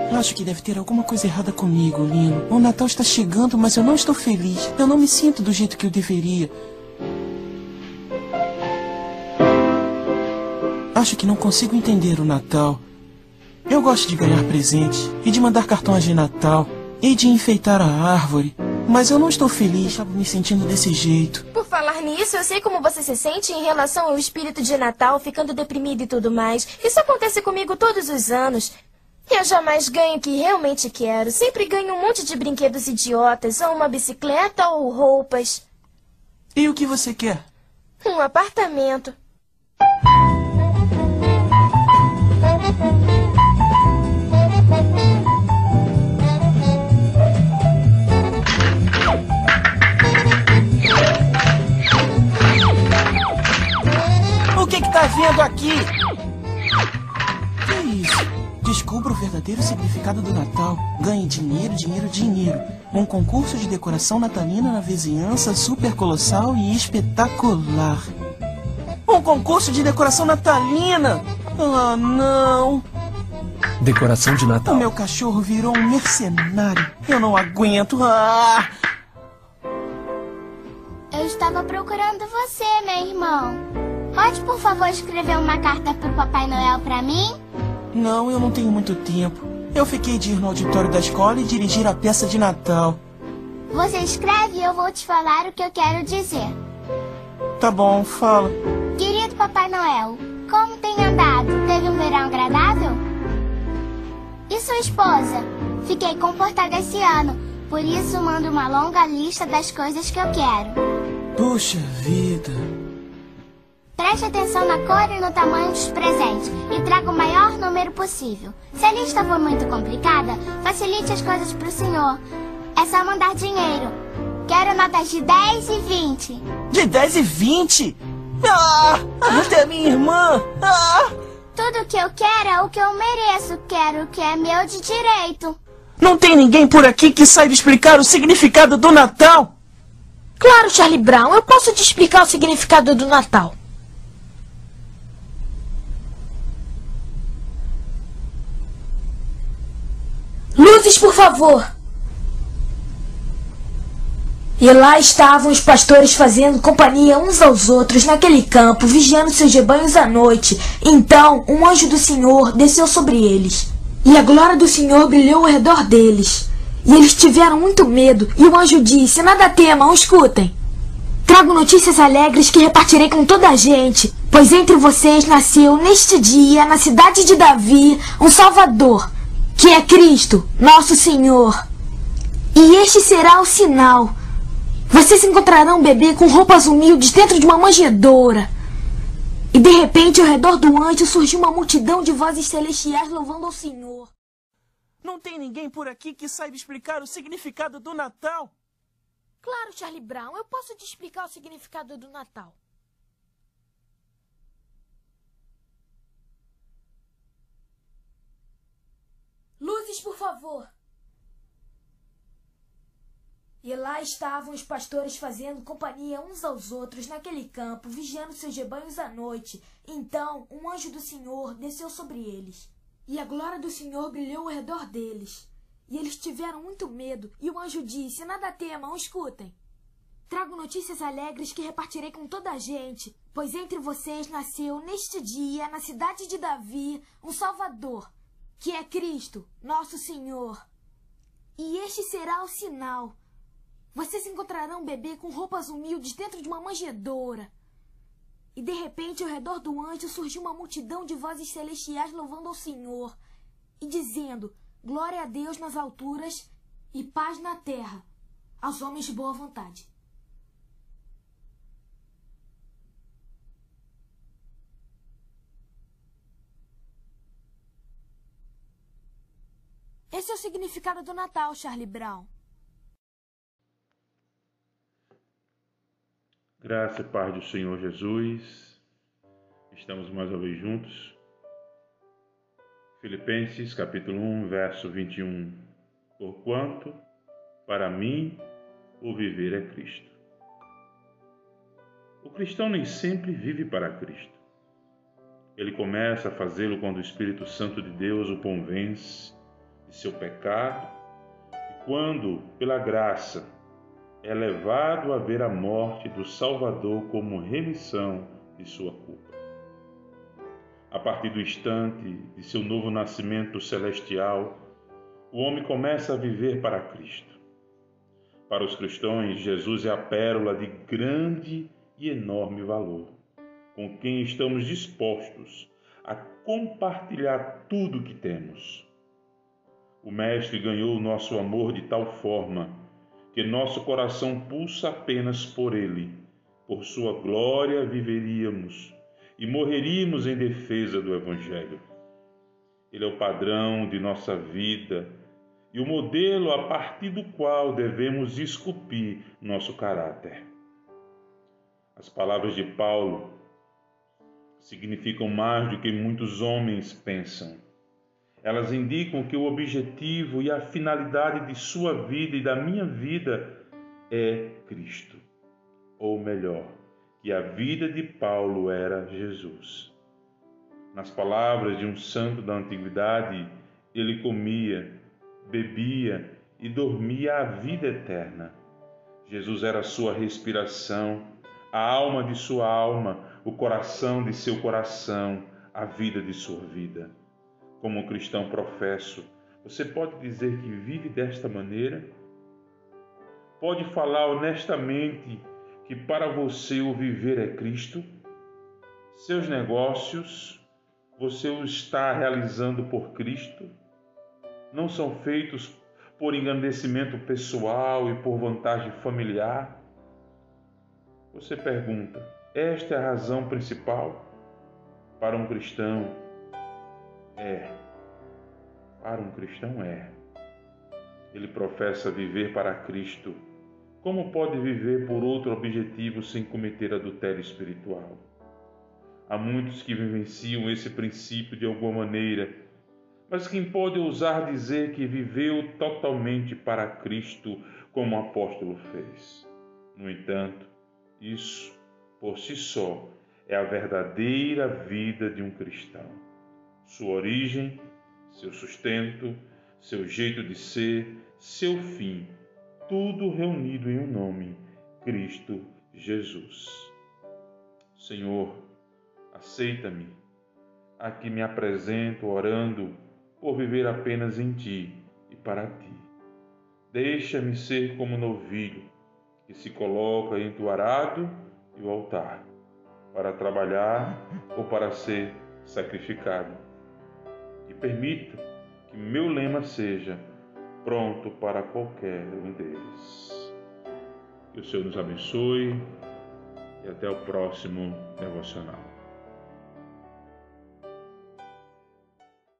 Acho que deve ter alguma coisa errada comigo, Lino. O Natal está chegando, mas eu não estou feliz. Eu não me sinto do jeito que eu deveria. Acho que não consigo entender o Natal. Eu gosto de ganhar presente e de mandar cartões de Natal e de enfeitar a árvore. Mas eu não estou feliz, acabo me sentindo desse jeito. Por falar nisso, eu sei como você se sente em relação ao espírito de Natal, ficando deprimido e tudo mais. Isso acontece comigo todos os anos. Eu jamais ganho o que realmente quero. Sempre ganho um monte de brinquedos idiotas, ou uma bicicleta ou roupas. E o que você quer? Um apartamento. O que tá vendo aqui? Que é isso? Descubra o verdadeiro significado do Natal. Ganhe dinheiro, dinheiro, dinheiro. Um concurso de decoração natalina na vizinhança super colossal e espetacular. Um concurso de decoração natalina! Ah, não! Decoração de Natal. O meu cachorro virou um mercenário. Eu não aguento. Ah! Eu estava procurando você, meu irmão. Pode, por favor, escrever uma carta pro Papai Noel pra mim? Não, eu não tenho muito tempo. Eu fiquei de ir no auditório da escola e dirigir a peça de Natal. Você escreve e eu vou te falar o que eu quero dizer. Tá bom, fala. Querido Papai Noel, como tem andado? Teve um verão agradável? E sua esposa? Fiquei comportada esse ano, por isso mando uma longa lista das coisas que eu quero. Puxa vida. Preste atenção na cor e no tamanho dos presentes e traga o maior número possível. Se a lista for muito complicada, facilite as coisas pro senhor. É só mandar dinheiro. Quero notas de 10 e 20. De 10 e 20? Ah! Até minha irmã! Ah! Tudo que eu quero é o que eu mereço. Quero o que é meu de direito. Não tem ninguém por aqui que saiba explicar o significado do Natal? Claro, Charlie Brown, eu posso te explicar o significado do Natal. Luzes, por favor. E lá estavam os pastores fazendo companhia uns aos outros naquele campo, vigiando seus rebanhos à noite. Então, um anjo do Senhor desceu sobre eles, e a glória do Senhor brilhou ao redor deles. E eles tiveram muito medo, e o anjo disse: nada temam, escutem. Trago notícias alegres que repartirei com toda a gente, pois entre vocês nasceu neste dia, na cidade de Davi, um Salvador, que é Cristo, nosso Senhor. E este será o sinal. Vocês encontrarão um bebê com roupas humildes dentro de uma manjedoura. E de repente, ao redor do anjo, surgiu uma multidão de vozes celestiais louvando ao Senhor. Não tem ninguém por aqui que saiba explicar o significado do Natal? Claro, Charlie Brown, eu posso te explicar o significado do Natal. Luzes, por favor. E lá estavam os pastores fazendo companhia uns aos outros naquele campo, vigiando seus rebanhos à noite. Então, um anjo do Senhor desceu sobre eles, e a glória do Senhor brilhou ao redor deles. E eles tiveram muito medo, e o anjo disse: nada temam, escutem. Trago notícias alegres que repartirei com toda a gente, pois entre vocês nasceu neste dia, na cidade de Davi, um Salvador, que é Cristo, nosso Senhor. E este será o sinal. Vocês encontrarão um bebê com roupas humildes dentro de uma manjedoura. E de repente, ao redor do anjo, surgiu uma multidão de vozes celestiais louvando ao Senhor e dizendo: glória a Deus nas alturas e paz na terra, aos homens de boa vontade. Esse é o significado do Natal, Charlie Brown. Graça e paz do Senhor Jesus. Estamos mais uma vez juntos. Filipenses capítulo 1, verso 21. Porquanto, para mim, o viver é Cristo. O cristão nem sempre vive para Cristo. Ele começa a fazê-lo quando o Espírito Santo de Deus o convence de seu pecado e quando, pela graça, é levado a ver a morte do Salvador como remissão de sua culpa. A partir do instante de seu novo nascimento celestial, o homem começa a viver para Cristo. Para os cristãos, Jesus é a pérola de grande e enorme valor, com quem estamos dispostos a compartilhar tudo o que temos. O Mestre ganhou o nosso amor de tal forma que nosso coração pulsa apenas por Ele. Por sua glória viveríamos e morreríamos em defesa do Evangelho. Ele é o padrão de nossa vida e o modelo a partir do qual devemos esculpir nosso caráter. As palavras de Paulo significam mais do que muitos homens pensam. Elas indicam que o objetivo e a finalidade de sua vida e da minha vida é Cristo. Ou melhor, que a vida de Paulo era Jesus. Nas palavras de um santo da antiguidade, ele comia, bebia e dormia a vida eterna. Jesus era a sua respiração, a alma de sua alma, o coração de seu coração, a vida de sua vida. Como cristão professo, você pode dizer que vive desta maneira? Pode falar honestamente que para você o viver é Cristo? Seus negócios, você os está realizando por Cristo? Não são feitos por engrandecimento pessoal e por vantagem familiar? Você pergunta, esta é a razão principal? Para um cristão, Para um cristão, Ele professa viver para Cristo. Como pode viver por outro objetivo sem cometer adultério espiritual? Há muitos que vivenciam esse princípio de alguma maneira, mas quem pode ousar dizer que viveu totalmente para Cristo, como o apóstolo fez? No entanto, isso, por si só, é a verdadeira vida de um cristão. Sua origem, seu sustento, seu jeito de ser, seu fim, tudo reunido em um nome, Cristo Jesus. Senhor, aceita-me. Aqui me apresento orando por viver apenas em Ti e para Ti. Deixa-me ser como novilho que se coloca entre o arado e o altar, para trabalhar ou para ser sacrificado. E permita que meu lema seja pronto para qualquer um deles. Que o Senhor nos abençoe e até o próximo devocional.